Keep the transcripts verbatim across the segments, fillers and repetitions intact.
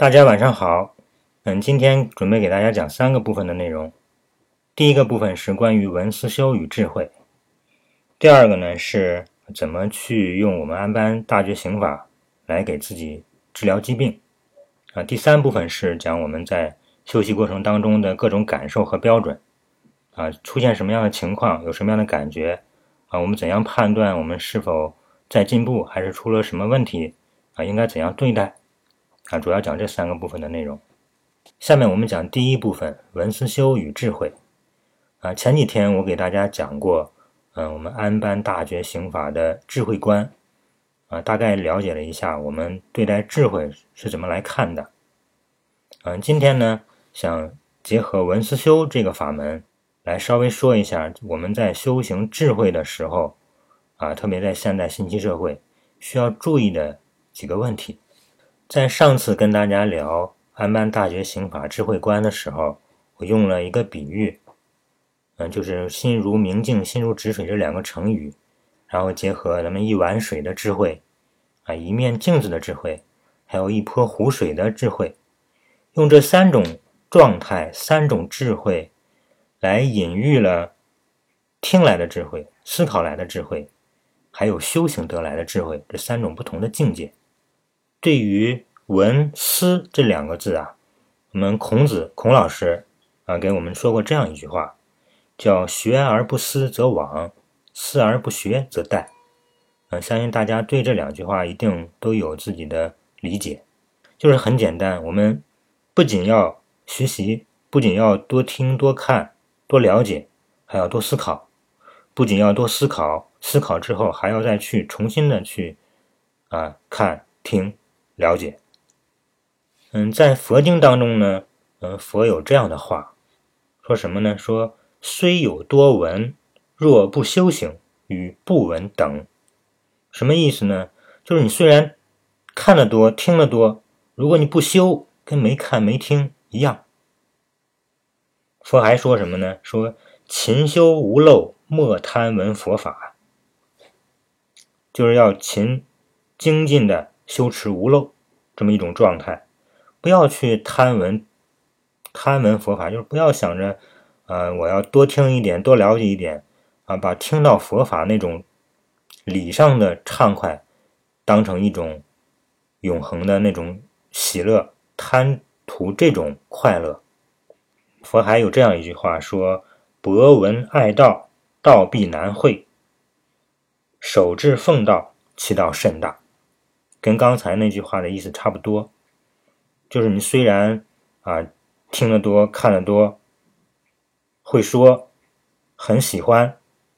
大家晚上好，嗯，今天准备给大家讲三个部分的内容。第一个部分是关于文思修与智慧，第二个呢是怎么去用我们安般大觉刑法来给自己治疗疾病啊。第三部分是讲我们在修习过程当中的各种感受和标准啊，出现什么样的情况，有什么样的感觉啊，我们怎样判断我们是否在进步，还是出了什么问题啊，应该怎样对待啊，主要讲这三个部分的内容。下面我们讲第一部分文思修与智慧啊。前几天我给大家讲过嗯，我们安般大觉刑法的智慧观啊，大概了解了一下我们对待智慧是怎么来看的。嗯，今天呢想结合文思修这个法门来稍微说一下我们在修行智慧的时候啊，特别在现代信息社会需要注意的几个问题。在上次跟大家聊安般大觉刑法智慧观的时候，我用了一个比喻，嗯，就是心如明镜，心如止水这两个成语，然后结合咱们一碗水的智慧啊，一面镜子的智慧，还有一泼湖水的智慧，用这三种状态、三种智慧来隐喻了听来的智慧、思考来的智慧，还有修行得来的智慧，这三种不同的境界。对于文思这两个字啊，我们孔子孔老师啊给我们说过这样一句话，叫学而不思则罔，思而不学则殆。啊，相信大家对这两句话一定都有自己的理解。就是很简单，我们不仅要学习，不仅要多听多看多了解，还要多思考。不仅要多思考，思考之后还要再去重新的去啊看听了解。嗯，在佛经当中呢，嗯，佛有这样的话，说什么呢？说虽有多闻，若不修行，与不闻等。什么意思呢？就是你虽然看得多，听得多，如果你不修，跟没看没听一样。佛还说什么呢？说勤修无漏，莫贪闻佛法，就是要勤精进的修持无漏这么一种状态。不要去贪闻贪闻佛法，就是不要想着呃，我要多听一点多了解一点啊，把听到佛法那种理上的畅快当成一种永恒的那种喜乐，贪图这种快乐。佛还有这样一句话说，博闻爱道，道必难会，守志奉道，其道甚大。跟刚才那句话的意思差不多，就是你虽然啊听得多看得多，会说很喜欢，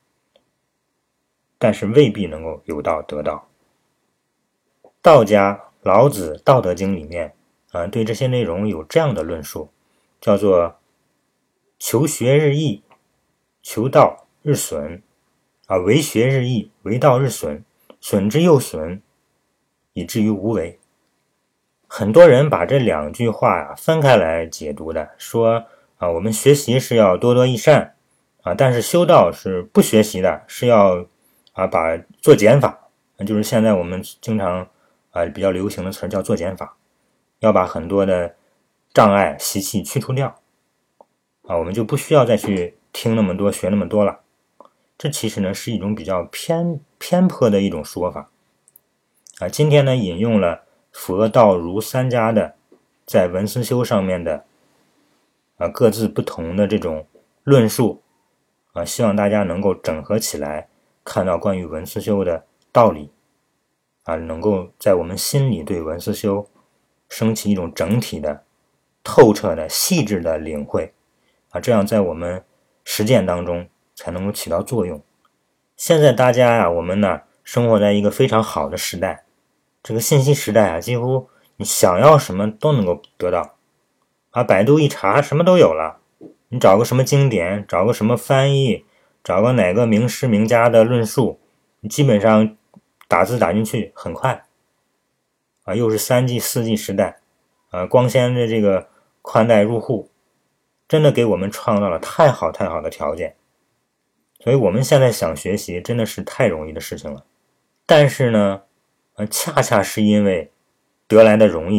但是未必能够有道得道。道家老子道德经里面啊对这些内容有这样的论述，叫做求学日益，求道日损啊，为学日益，为道日损，损之又损，以至于无为。很多人把这两句话啊分开来解读的，说啊，我们学习是要多多益善啊，但是修道是不学习的，是要啊把做减法，就是现在我们经常啊比较流行的词叫做减法，要把很多的障碍习气去除掉啊，我们就不需要再去听那么多学那么多了。这其实呢是一种比较偏偏颇的一种说法啊。今天呢引用了佛道儒三家的在文思修上面的啊各自不同的这种论述啊，希望大家能够整合起来，看到关于文思修的道理啊，能够在我们心里对文思修升起一种整体的透彻的细致的领会啊，这样在我们实践当中才能够起到作用。现在大家呀、啊，我们呢生活在一个非常好的时代，这个信息时代啊，几乎你想要什么都能够得到啊，百度一查什么都有了，你找个什么经典，找个什么翻译，找个哪个名师名家的论述，你基本上打字打进去很快啊，又是 三 G 四 G 时代啊，光纤的这个宽带入户真的给我们创造了太好太好的条件，所以我们现在想学习真的是太容易的事情了。但是呢呃，恰恰是因为得来的容易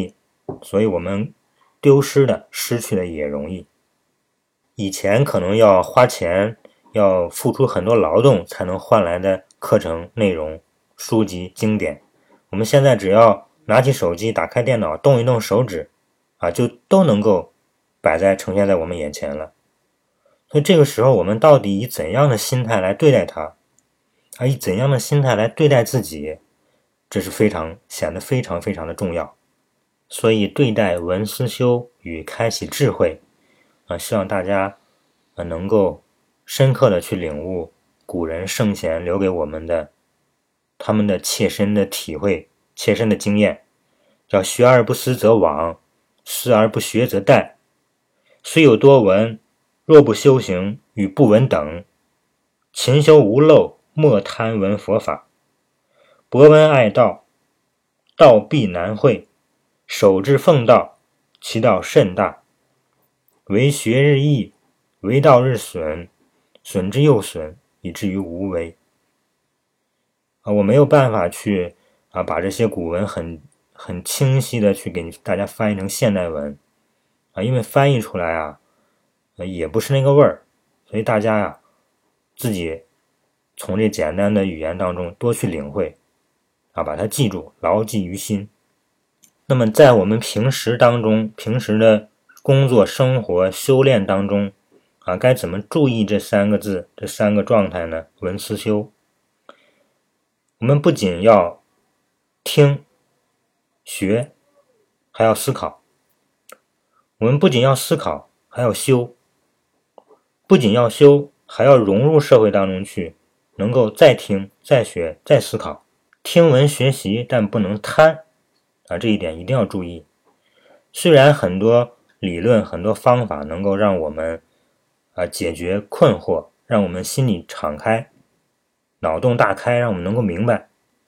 所以我们丢失的失去的也容易。以前可能要花钱，要付出很多劳动才能换来的课程内容、书籍、经典，我们现在只要拿起手机，打开电脑，动一动手指啊，就都能够摆在呈现在我们眼前了。所以这个时候我们到底以怎样的心态来对待它，而以怎样的心态来对待自己，这是非常显得非常非常的重要。所以对待文思修与开启智慧啊，希望大家啊能够深刻的去领悟古人圣贤留给我们的他们的切身的体会、切身的经验，叫学而不思则罔，思而不学则殆。虽有多闻，若不修行，与不闻等。勤修无漏，莫贪闻佛法。博闻爱道，道必难会。守之奉道，其道甚大。为学日益，为道日损，损之又损，以至于无为。啊，我没有办法去啊把这些古文很很清晰的去给大家翻译成现代文啊，因为翻译出来啊，也不是那个味儿，所以大家呀、啊、自己从这简单的语言当中多去领会啊，把它记住，牢记于心。那么在我们平时当中，平时的工作、生活、修炼当中啊，该怎么注意这三个字、这三个状态呢？文思修。我们不仅要听、学，还要思考。我们不仅要思考，还要修。不仅要修，还要融入社会当中去，能够再听、再学、再思考。听闻学习，但不能贪啊，这一点一定要注意。虽然很多理论、很多方法能够让我们啊解决困惑，让我们心里敞开，脑洞大开，让我们能够明白，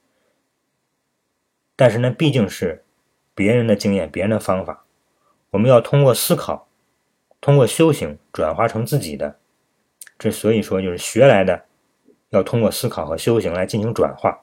但是呢，毕竟是别人的经验、别人的方法，我们要通过思考，通过修行转化成自己的。这所以说就是学来的要通过思考和修行来进行转化。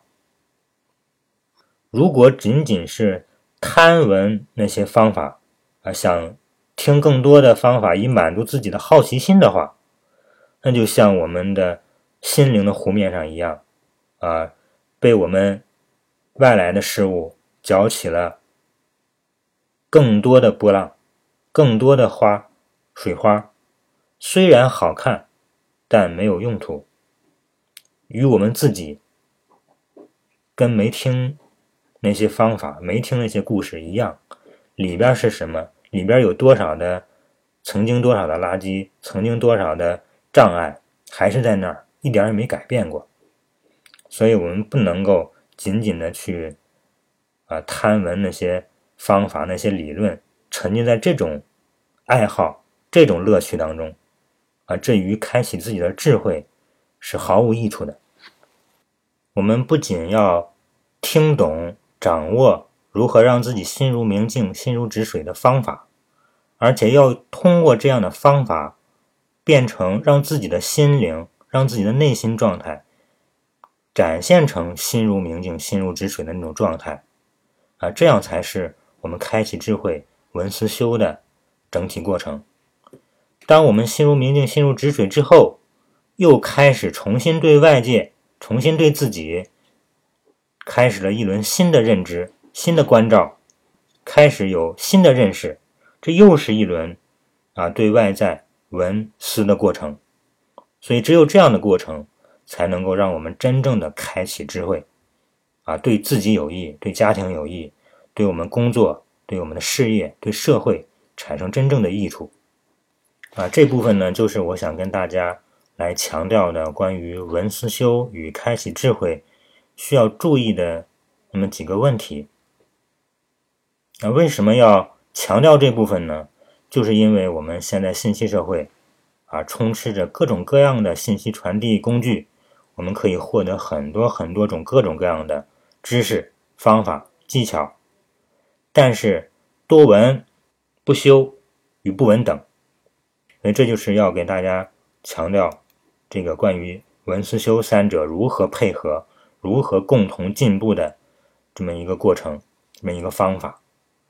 如果仅仅是贪闻那些方法啊，想听更多的方法以满足自己的好奇心的话，那就像我们的心灵的湖面上一样啊，被我们外来的事物搅起了更多的波浪，更多的花水花，虽然好看，但没有用途，与我们自己跟没听那些方法、没听那些故事一样，里边是什么？里边有多少的曾经多少的垃圾，曾经多少的障碍，还是在那儿，一点也没改变过。所以我们不能够仅仅的去啊贪闻那些方法、那些理论，沉浸在这种爱好、这种乐趣当中啊，这与开启自己的智慧是毫无益处的。我们不仅要听懂、掌握如何让自己心如明镜、心如止水的方法，而且要通过这样的方法变成让自己的心灵、让自己的内心状态展现成心如明镜、心如止水的那种状态啊，这样才是我们开启智慧、文思修的整体过程。当我们心如明镜、心如止水之后，又开始重新对外界、重新对自己开始了一轮新的认知、新的关照，开始有新的认识，这又是一轮啊对外在文思的过程。所以只有这样的过程，才能够让我们真正的开启智慧啊，对自己有益，对家庭有益，对我们工作、对我们的事业、对社会产生真正的益处啊。这部分呢，就是我想跟大家来强调的关于文思修与开启智慧需要注意的那么几个问题。那为什么要强调这部分呢？就是因为我们现在信息社会啊，充斥着各种各样的信息传递工具，我们可以获得很多很多种各种各样的知识、方法、技巧。但是多闻不修与不闻等，所以这就是要给大家强调这个关于文思修三者如何配合、如何共同进步的这么一个过程，这么一个方法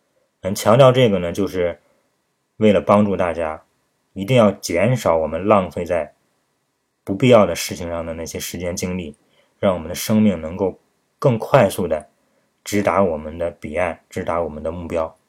嗯，强调这个呢，就是为了帮助大家一定要减少我们浪费在不必要的事情上的那些时间精力，让我们的生命能够更快速的直达我们的彼岸，直达我们的目标。